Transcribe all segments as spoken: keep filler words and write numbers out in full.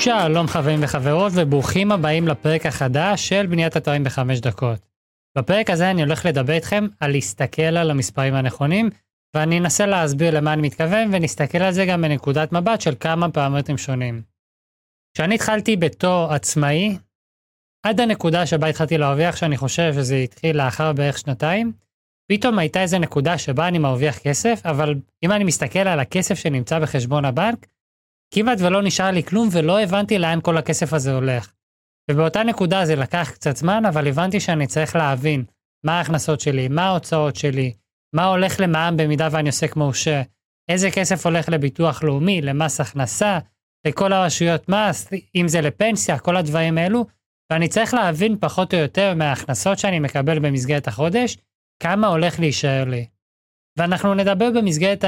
שלום חברים וחברות וברוכים הבאים לפרק החדש של בניית אתרים בחמש דקות. בפרק הזה אני הולך לדבר איתכם על להסתכל על המספרים הנכונים, ואני אנסה להסביר למה אני מתכוון ונסתכל על זה גם בנקודת מבט של כמה פרמטרים שונים. כשאני התחלתי בתור עצמאי, עד הנקודה שבה התחלתי להרוויח, שאני חושב שזה התחיל לאחר בערך שנתיים, פתאום הייתה איזו נקודה שבה אני מרוויח כסף, אבל אם אני מסתכל על הכסף שנמצא בחשבון הבנק, כמעט ולא נשאר לי כלום ולא הבנתי לאן כל הכסף הזה הולך. ובאותה נקודה זה לקח קצת זמן, אבל הבנתי שאני צריך להבין מה ההכנסות שלי, מה ההוצאות שלי, מה הולך למע"מ במידה ואני עוסק מורשה, איזה כסף הולך לביטוח לאומי, למס הכנסה, לכל הרשויות מס, אם זה לפנסיה, כל הדברים האלו, ואני צריך להבין פחות או יותר מההכנסות שאני מקבל במסגרת החודש, כמה הולך להישאר לי. ואנחנו נדבר במסגרת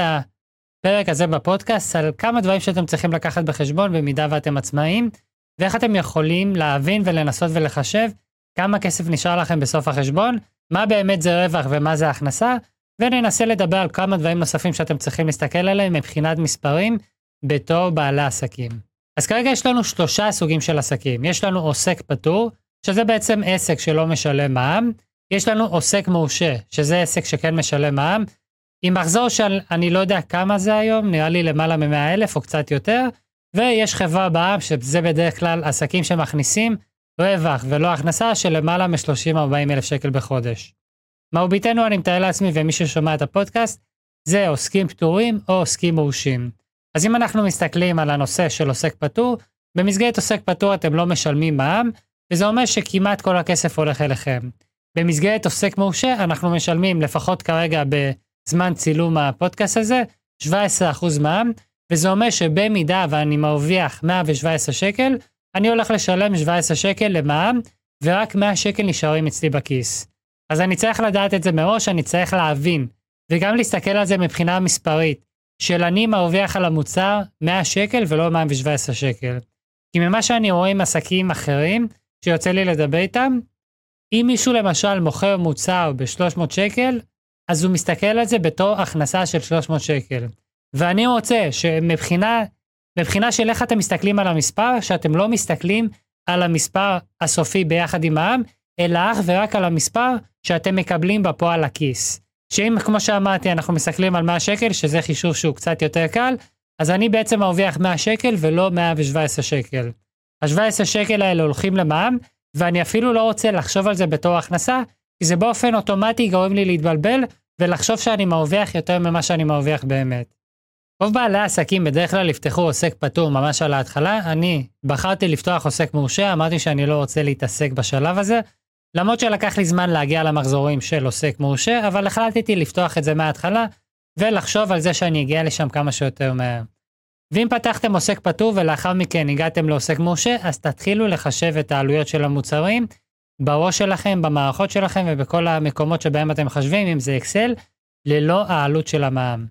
הפרק הזה בפודקאסט על כמה דברים שאתם צריכים לקחת בחשבון במידה ואתם עצמאים, ואיך אתם יכולים להבין ולנסות ולחשב כמה כסף נשאר לכם בסוף החשבון, מה באמת זה רווח ומה זה הכנסה, וננסה לדבר על כמה דברים נוספים שאתם צריכים להסתכל עליהם מבחינת מספרים בתור בעלי עסקים. אז כרגע יש לנו שלושה סוגים של עסקים. יש לנו עוסק פטור, שזה בעצם עסק שלא משלם מע"מ. יש לנו עוסק מורשה, שזה עסק שכן משלם מע"מ. עם מחזור של אני לא יודע כמה זה היום, נראה לי למעלה מ-מאה אלף או קצת יותר, ויש חברה בע"מ, שזה בדרך כלל עסקים שמכניסים רווח ולא הכנסה של למעלה מ-שלושים עד ארבעים אלף שקל בחודש. מרביתנו, אני מתאר לעצמי ומי ששומע את הפודקאסט, זה עוסקים פטורים או עוסקים מורשים. אז אם אנחנו מסתכלים על הנושא של עוסק פטור, במסגרת עוסק פטור אתם לא משלמים מע"מ, וזה אומר שכמעט כל הכסף הולך אליכם. במסגרת עוסק מורשה אנחנו משלמים לפחות כרגע בזמן צילום הפודקאסט הזה, שבע עשרה אחוז מע"מ, וזה אומר שבמידה ואני מרוויח מאה ושבע עשרה שקל, אני הולך לשלם שבע עשרה שקל למע"מ, ורק מאה שקל נשארים אצלי בכיס. אז אני צריך לדעת את זה מראש, אני צריך להבין, וגם להסתכל על זה מבחינה מספרית, של אני מרוויח על המוצר מאה שקל ולא מאה ושבע עשרה שקל. כי ממה שאני רואה עם עסקים אחרים, שיוצא לי לדבר איתם, אם מישהו למשל מוכר מוצר ב-שלוש מאות שקל, אז הוא מסתכל על זה בתור הכנסה של שלוש מאות שקל. ואני רוצה שמבחינה מבחינה של איך אתם מסתכלים על המספר, שאתם לא מסתכלים על המספר הסופי ביחד עם מע"מ, אלא אך ורק על המספר שאתם מקבלים בפועל לכיס. שאם, כמו שאמרתי, אנחנו מסתכלים על מאה שקל, שזה חישוב שהוא קצת יותר קל, אז אני בעצם מרוויח מאה שקל ולא מאה ושבע עשרה שקל. ה-שבע עשרה שקל האלה הולכים למע"מ, ואני אפילו לא רוצה לחשוב על זה בתור הכנסה, כי זה באופן אוטומטי גורם לי להתבלבל, ולחשוב שאני מרוויח יותר ממה שאני מרוויח באמת. רוב בעלי העסקים בדרך כלל יפתחו עוסק פטור ממש על ההתחלה, אני בחרתי לפתוח עוסק מורשה, אמרתי שאני לא רוצה להתעסק בשלב הזה, למרות שלקח לי זמן להגיע למחזורים של עוסק מורשה, אבל החלטתי לפתוח את זה מההתחלה, ולחשוב על זה שאני אגיע לשם כמה שיותר מהר. ואם פתחתם עוסק פטור ולאחר מכן הגעתם לעוסק מורשה, אז תתחילו לחשב את העלויות של המוצרים, בראש שלכם, במערכות שלכם ובכל המקומות שבהם אתם חשבים, אם זה אקסל, ללא העלות של המע"מ.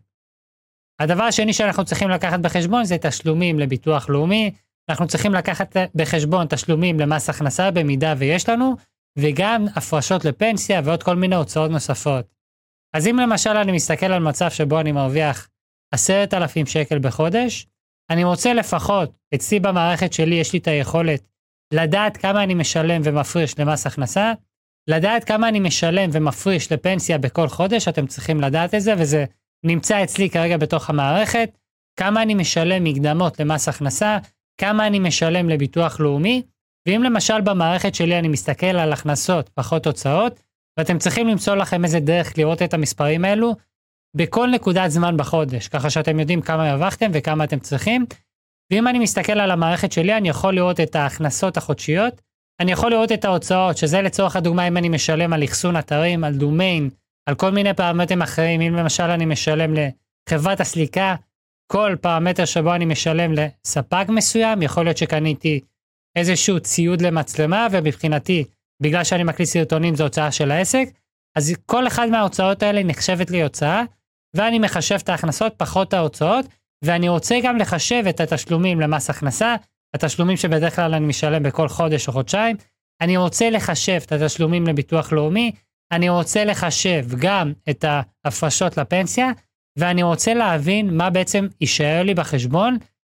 הדבר השני שאנחנו צריכים לקחת בחשבון זה תשלומים לביטוח לאומי, אנחנו צריכים לקחת בחשבון תשלומים למס הכנסה במידה ויש לנו, וגם הפרשות לפנסיה ועוד כל מיני הוצאות נוספות. אז אם למשל אני מסתכל על מצב שבו אני מרוויח עשרת אלפים שקל בחודש, אני רוצה לפחות, אצלי במערכת שלי יש לי את היכולת לדעת כמה אני משלם ומפריש למס הכנסה, לדעת כמה אני משלם ומפריש לפנסיה בכל חודש, אתם צריכים לדעת את זה, וזה נמצא אצלי כרגע בתוך המערכת, כמה אני משלם מקדמות למס הכנסה, כמה אני משלם לביטוח לאומי, ואם למשל במערכת שלי אני מסתכל על הכנסות פחות הוצאות, ואתם צריכים למצוא לכם איזה דרך לראות את המספרים האלו, בכל נקודת זמן בחודש, ככה שאתם יודעים כמה הרווחתם וכמה אתם צריכים, ואם אני מסתכל על המערכת שלי, אני יכול לראות את ההכנסות החודשיות, אני יכול לראות את ההוצאות, שזה לצורך הדוגמה אם אני משלם על אחסון אתרים, על דומיין, על כל מיני פרמטרים אחרים, אם למשל אני משלם לחברת הסליקה, כל פרמטר שבו אני משלם לספק מסוים, יכול להיות שקניתי איזשהו ציוד למצלמה, ומבחינתי, בגלל שאני מקליט סרטונים, זו הוצאה של העסק, אז כל אחד מההוצאות האלה נחשבת לי הוצאה, ואני מחשב את ההכנסות פחות ההוצאות, ואני רוצה גם לחשב את התשלומים למס הכנסה, התשלומים שבדרך כלל אני משלם בכל חודש או חודשיים, אני רוצה לחשב את התשלומים לביטוח לאומי, אני רוצה לחשב גם את ההפרשות לפנסיה, ואני רוצה להבין מה בעצם יישאר לי בחשבון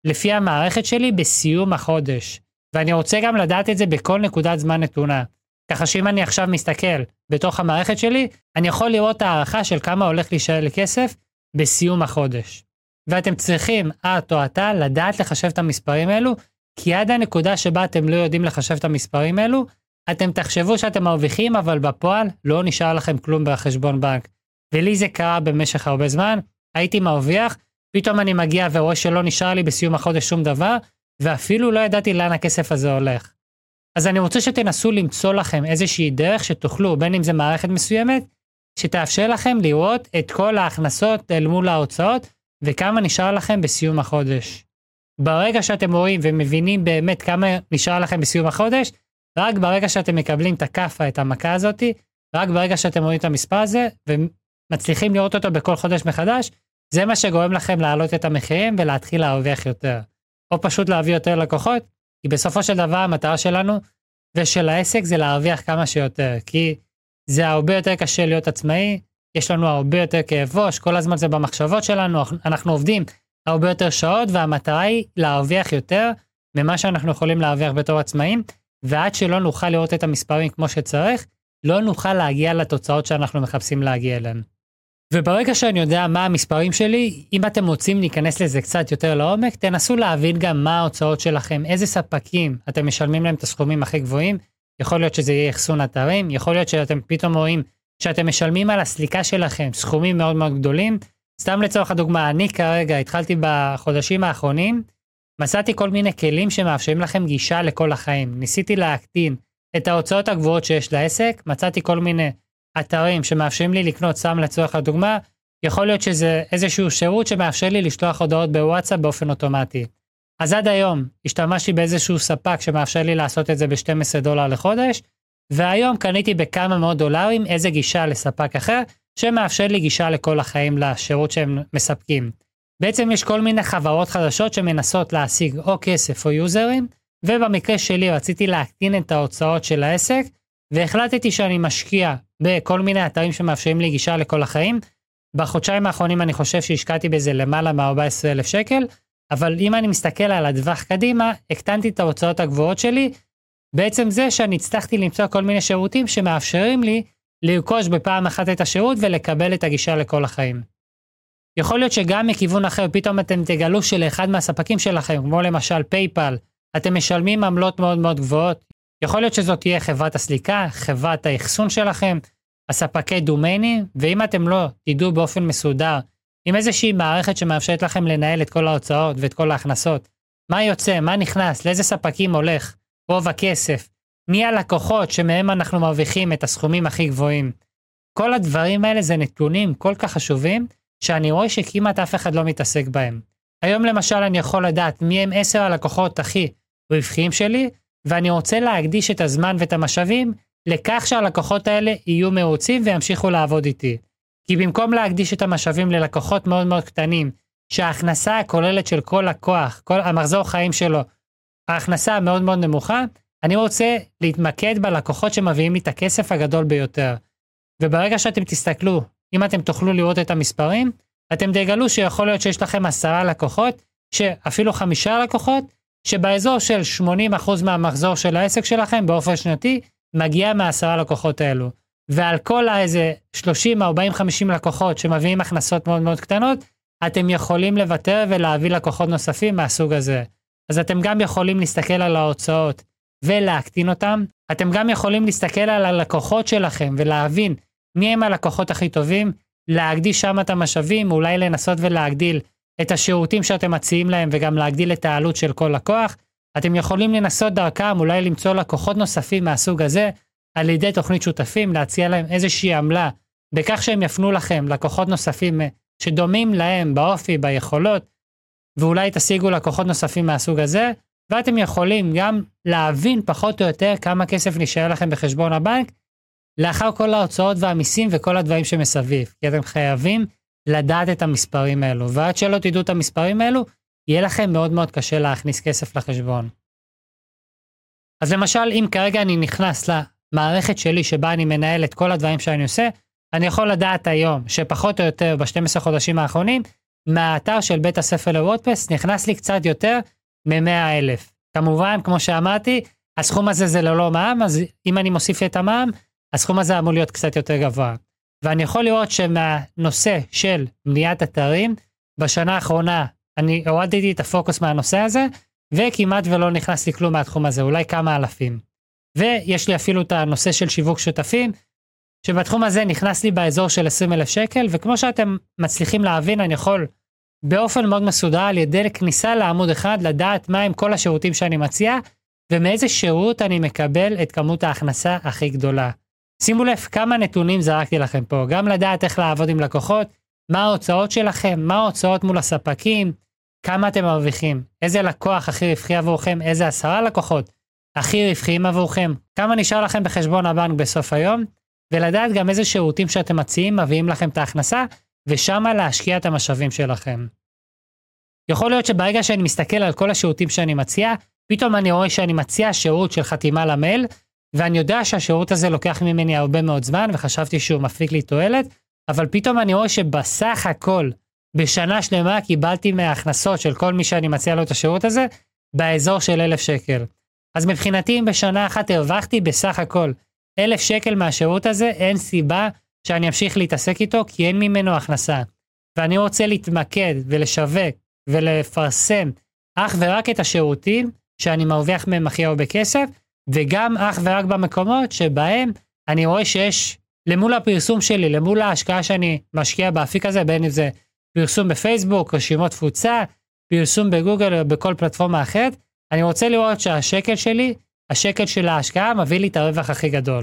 לפי המערכת שלי בסיום החודש. ואני רוצה גם לדעת את זה בכל נקודת זמן נתונה. ככה שאם אני עכשיו מסתכל בתוך המערכת שלי, אני יכול לראות הערכה של כמה הולך להישאר לי כסף בסיום החודש. ואתם צריכים, את או אתה, לדעת לחשב את המספרים האלו, כי עד הנקודה שבה אתם לא יודעים לחשב את המספרים האלו, אתם תחשבו שאתם מרוויחים, אבל בפועל לא נשאר לכם כלום בחשבון בנק. ולי זה קרה במשך הרבה זמן, הייתי מרוויח, פתאום אני מגיע ורואה שלא נשאר לי בסיום החודש שום דבר, ואפילו לא ידעתי לאן הכסף הזה הולך. אז אני רוצה שתנסו למצוא לכם איזושהי דרך שתוכלו, בין אם זה מערכת מסוימת, שתאפשר לכם לראות את כל ההכנסות אל מול ההוצאות, וכמה נשאר לכם בסיום החודש. ברגע שאתם רואים ומבינים באמת כמה נשאר לכם בסיום החודש, רק ברגע שאתם מקבלים את הכאפה, את המכה הזאת, רק ברגע שאתם רואים את המספר הזה, ומצליחים לראות אותו בכל חודש מחדש, זה מה שגורם לכם להעלות את המחירים ולהתחיל להרוויח יותר. או פשוט להביא יותר לקוחות, כי בסופו של דבר המטרה שלנו ושל העסק זה להרוויח כמה שיותר, כי זה הרבה יותר קשה להיות עצמאי, יש לנו הרבה יותר כאב ראש, כל הזמן זה במחשבות שלנו, אנחנו עובדים הרבה יותר שעות, והמטרה היא להרוויח יותר ממה שאנחנו יכולים להרוויח בתור עצמאים, ועד שלא נוכל לראות את המספרים כמו שצריך, לא נוכל להגיע לתוצאות שאנחנו מחפשים להגיע אליהן. וברגע שאני יודע מה המספרים שלי, אם אתם רוצים להיכנס לזה קצת יותר לעומק, תנסו להבין גם מה ההוצאות שלכם, איזה ספקים אתם משלמים להם את הסכומים הכי גבוהים, יכול להיות שזה יהיה אחסון אתרים, יכול להיות שאתם פתאום רואים שאתם משלמים על הסליקה שלכם סכומים מאוד מאוד גדולים. סתם לצורך הדוגמה, אני כרגע התחלתי בחודשים האחרונים, מצאתי כל מיני כלים שמאפשרים לכם גישה לכל החיים. ניסיתי להקטין את ההוצאות הגבוהות שיש לעסק, מצאתי כל מיני אתרים שמאפשרים לי לקנות, סתם לצורך הדוגמה, יכול להיות שזה איזשהו שירות שמאפשר לי לשלוח הודעות בוואטסאפ באופן אוטומטי. אז עד היום השתמשתי באיזשהו ספק שמאפשר לי לעשות את זה ב-שנים עשר דולר לחודש, והיום קניתי בכמה מאות דולרים איזה גישה לספק אחר, שמאפשר לי גישה לכל החיים לשירות שהם מספקים. בעצם יש כל מיני חברות חדשות שמנסות להשיג או כסף או יוזרים, ובמקרה שלי רציתי להקטין את ההוצאות של העסק, והחלטתי שאני משקיע בכל מיני אתרים שמאפשרים לי גישה לכל החיים. בחודשיים האחרונים אני חושב שהשקעתי בזה למעלה מ-ארבעה עשר אלף שקל, אבל אם אני מסתכל על הדווח קדימה, הקטנתי את ההוצאות הגבוהות שלי, בעצם זה שאני הצלחתי למצוא כל מיני שירותים שמאפשרים לי לרכוש בפעם אחת את השירות ולקבל את הגישה לכל החיים. יכול להיות שגם מכיוון אחר פתאום אתם תגלו שלאחד מהספקים שלכם, כמו למשל פייפל, אתם משלמים עמלות מאוד מאוד גבוהות. יכול להיות שזאת תהיה חברת הסליקה, חברת האחסון שלכם, הספקי דומיינים, ואם אתם לא תדעו באופן מסודר, עם איזושהי מערכת שמאפשרת לכם לנהל את כל ההוצאות ואת כל ההכנסות, מה יוצא, מה נכנס, לאיזה ספקים הולך, רוב הכסף, מי הלקוחות שמהם אנחנו מרוויחים את הסכומים הכי גבוהים. כל הדברים האלה זה נתונים כל כך חשובים, שאני רואה שכמעט אף אחד לא מתעסק בהם. היום למשל אני יכול לדעת מי הם עשר הלקוחות הכי רווחיים שלי, ואני רוצה להקדיש את הזמן ואת המשאבים לכך שהלקוחות האלה יהיו מרוצים וימשיכו לעבוד איתי. כי במקום להקדיש את המשאבים ללקוחות מאוד מאוד קטנים, שההכנסה הכוללת של כל לקוח, כל המחזור חיים שלו, ההכנסה מאוד מאוד נמוכה, אני רוצה להתמקד בלקוחות שמביאים לי את הכסף הגדול ביותר. וברגע שאתם תסתכלו, אם אתם תוכלו לראות את המספרים, אתם תגלו שיכול להיות שיש לכם עשרה לקוחות, שאפילו חמישה לקוחות, שבאזור של שמונים אחוז מהמחזור של העסק שלכם באופן שנתי, מגיע מהעשרה לקוחות האלו. ועל כל האיזה שלושים, ארבעים, חמישים לקוחות שמביאים הכנסות מאוד מאוד קטנות, אתם יכולים לוותר ולהביא לקוחות נוספים מהסוג הזה. אז אתם גם יכולים להסתכל על ההוצאות ולהקטין אותם. אתם גם יכולים להסתכל על הלקוחות שלכם ולהבין מי הם הלקוחות הכי טובים, להקדיש שם את המשאבים, אולי לנסות ולהגדיל את השירותים שאתם מציעים להם וגם להגדיל את העלות של כל לקוח. אתם יכולים לנסות דרכם, אולי למצוא לקוחות נוספים מהסוג הזה, על ידי תוכנית שותפים, להציע להם איזושהי עמלה, בכך שהם יפנו לכם לקוחות נוספים שדומים להם באופי, ביכולות, ואולי תשיגו לקוחות נוספים מהסוג הזה, ואתם יכולים גם להבין פחות או יותר כמה כסף נשאר לכם בחשבון הבנק, לאחר כל ההוצאות והמיסים וכל הדברים שמסביב, כי אתם חייבים לדעת את המספרים האלו, ועד שלא תדעו את המספרים האלו, יהיה לכם מאוד מאוד קשה להכניס כסף לחשבון. אז למשל, אם כרגע אני נכנס למערכת שלי שבה אני מנהל את כל הדברים שאני עושה, אני יכול לדעת היום שפחות או יותר ב-שנים עשר חודשים האחרונים, מהאתר של בית הספר לוורדפרס נכנס לי קצת יותר מ-מאה אלף. כמובן, כמו שאמרתי, הסכום הזה זה ללא מע"מ, אז אם אני מוסיף את המע"מ, הסכום הזה אמור להיות קצת יותר גבוה. ואני יכול לראות שמהנושא של בניית אתרים, בשנה האחרונה אני הורדתי את הפוקוס מהנושא הזה, וכמעט ולא נכנס לי כלום מהתחום הזה, אולי כמה אלפים. ויש לי אפילו את הנושא של שיווק שותפים, שבתחום הזה נכנס לי באזור של עשרים אלף שקל, וכמו שאתם מצליחים להבין, אני יכול באופן מאוד מסודר, על ידי כניסה לעמוד אחד, לדעת מה הם כל השירותים שאני מציע, ומאיזה שירות אני מקבל את כמות ההכנסה הכי גדולה. שימו לב כמה נתונים זרקתי לכם פה, גם לדעת איך לעבוד עם לקוחות, מה ההוצאות שלכם, מה ההוצאות מול הספקים, כמה אתם מרוויחים, איזה לקוח הכי רווחי עבורכם, איזה עשרה לקוחות הכי רווחיים עבורכם, כמה נשאר לכם בחשבון הבנק בסוף היום, ולדעת גם איזה שירותים שאתם מציעים מביאים לכם את ההכנסה, ושמה להשקיע את המשאבים שלכם. יכול להיות שברגע שאני מסתכל על כל השירותים שאני מציע, פתאום אני רואה שאני מציע שירות של חתימה למייל, ואני יודע שהשירות הזה לוקח ממני הרבה מאוד זמן, וחשבתי שהוא מפיק לי תועלת, אבל פתאום אני רואה שבסך הכל, בשנה שלמה קיבלתי מההכנסות של כל מי שאני מציע לו את השירות הזה, באזור של אלף שקל. אז מבחינתי, אם בשנה אחת הרווחתי בסך הכל אלף שקל מהשירות הזה, אין סיבה שאני אמשיך להתעסק איתו, כי אין ממנו הכנסה. ואני רוצה להתמקד ולשווק ולפרסם אך ורק את השירותים שאני מרוויח מהם הכי הרבה כסף, וגם אך ורק במקומות שבהם אני רואה שיש למול הפרסום שלי, למול ההשקעה שאני משקיע באפיק הזה, בין אם זה פרסום בפייסבוק, רשימות תפוצה, פרסום בגוגל או בכל פלטפורמה אחרת, אני רוצה לראות שהשקל שלי, השקל של ההשקעה מביא לי את הרווח הכי גדול.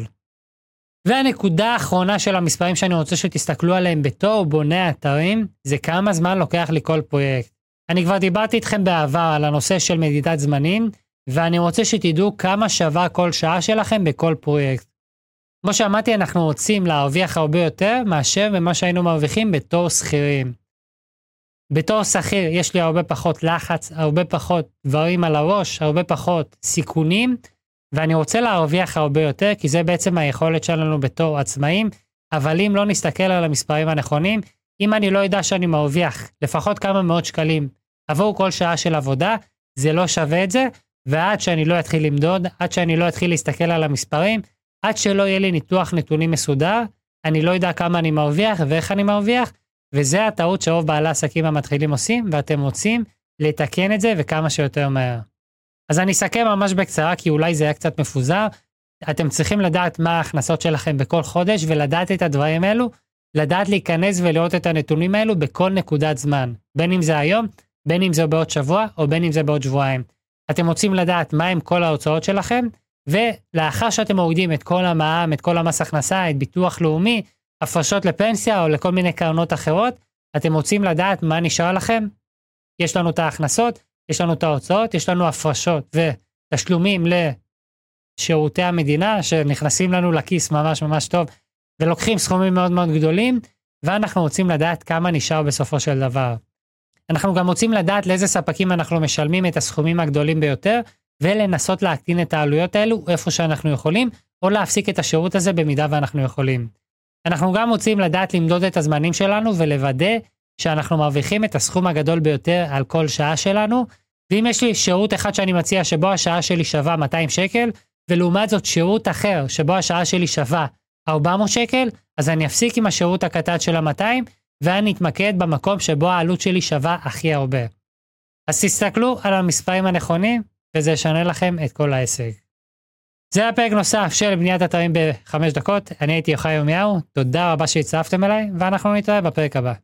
והנקודה האחרונה של המספרים שאני רוצה שתסתכלו עליהם בתור בוני אתרים, זה כמה זמן לוקח לי כל פרויקט. אני כבר דיברתי איתכם בעבר על הנושא של מדידת זמנים, ואני רוצה שתדעו כמה שווה כל שעה שלכם בכל פרויקט. כמו שאמרתי, אנחנו רוצים להרוויח הרבה יותר מאשר במה שהיינו מרוויחים בתור שכירים. בתור שכיר יש לי הרבה פחות לחץ, הרבה פחות דברים על הראש, הרבה פחות סיכונים, ואני רוצה להרוויח הרבה יותר, כי זה בעצם היכולת שלנו בתור עצמאים, אבל אם לא נסתכל על המספרים הנכונים, אם אני לא יודע שאני מרוויח לפחות כמה מאות שקלים עבור כל שעה של עבודה, זה לא שווה את זה, ועד שאני לא אתחיל למדוד, עד שאני לא אתחיל להסתכל על המספרים, עד שלא יהיה לי ניתוח נתונים מסודר, אני לא יודע כמה אני מרוויח ואיך אני מרוויח, וזה הטעות שרוב בעלי העסקים המתחילים עושים, ואתם רוצים לתקן את זה וכמה שיותר מהר. אז אני אסכם ממש בקצרה, כי אולי זה היה קצת מפוזר. אתם צריכים לדעת מה ההכנסות שלכם בכל חודש, ולדעת את הדברים האלו, לדעת להיכנס ולראות את הנתונים האלו בכל נקודת זמן. בין אם זה היום, בין אם זה בעוד שבוע, או בין אם זה בעוד שבועיים. אתם רוצים לדעת מה הם כל ההוצאות שלכם, ולאחר שאתם מורידים את כל המע"מ, את כל המס הכנסה, את ביטוח לאומי, הפרשות לפנסיה או לכל מיני קרנות אחרות, אתם רוצים לדעת מה נשאר לכם. יש לנו את ההכנסות, יש לנו את ההוצאות, יש לנו הפרשות ותשלומים לשירותי המדינה שנכנסים לנו לכיס ממש ממש טוב ולוקחים סכומים מאוד מאוד גדולים, ואנחנו רוצים לדעת כמה נשאר בסופו של דבר. אנחנו גם רוצים לדעת לאיזה ספקים אנחנו משלמים את הסכומים הגדולים ביותר, ולנסות להקטין את העלויות האלו איפה שאנחנו יכולים, או להפסיק את השירות הזה במידה ואנחנו יכולים. אנחנו גם רוצים לדעת למדוד את הזמנים שלנו ולוודא שאנחנו מרוויחים את הסכום הגדול ביותר על כל שעה שלנו, ואם יש לי שירות אחד שאני מציע שבו השעה שלי שווה מאתיים שקל, ולעומת זאת שירות אחר שבו השעה שלי שווה ארבע מאות שקל, אז אני אפסיק עם השירות הקטן של ה-מאתיים, ואני אתמקד במקום שבו העלות שלי שווה הכי הרבה. אז תסתכלו על המספרים הנכונים, וזה ישנה לכם את כל העסק. זה היה פרק נוסף של בניית אתרים בחמש דקות. אני הייתי יוחאי ירמיהו, תודה רבה שהצטרפתם אליי, ואנחנו נתראה בפרק הבא.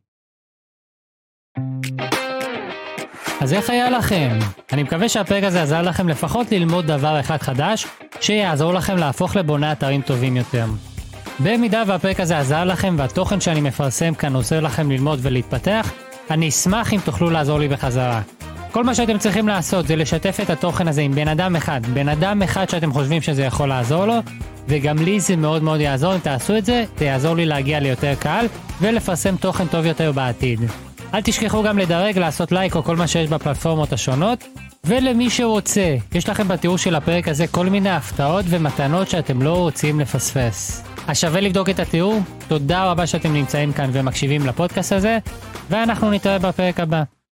אז איך היה לכם? אני מקווה שהפרק הזה עזר לכם לפחות ללמוד דבר אחד חדש, שיעזור לכם להפוך לבוני אתרים טובים יותר. במידה והפרק הזה עזר לכם והתוכן שאני מפרסם כאן עוזר לכם ללמוד ולהתפתח, אני אשמח אם תוכלו לעזור לי בחזרה. כל מה שאתם צריכים לעשות זה לשתף את התוכן הזה עם בן אדם אחד, בן אדם אחד שאתם חושבים שזה יכול לעזור לו, וגם לי זה מאוד מאוד יעזור אם תעשו את זה, זה יעזור לי להגיע ליותר קהל ולפרסם תוכן טוב יותר בעתיד. אל תשכחו גם לדרג, לעשות לייק או כל מה שיש בפלטפורמות השונות, ולמי שרוצה, יש לכם בתיאור של הפרק הזה כל מיני הפתעות ומתנות שאתם לא רוצים לפספס. אז שווה לבדוק את התיאור. תודה רבה שאתם נמצאים כאן ומקשיבים לפודקאסט הזה, ואנחנו נתראה בפרק הבא.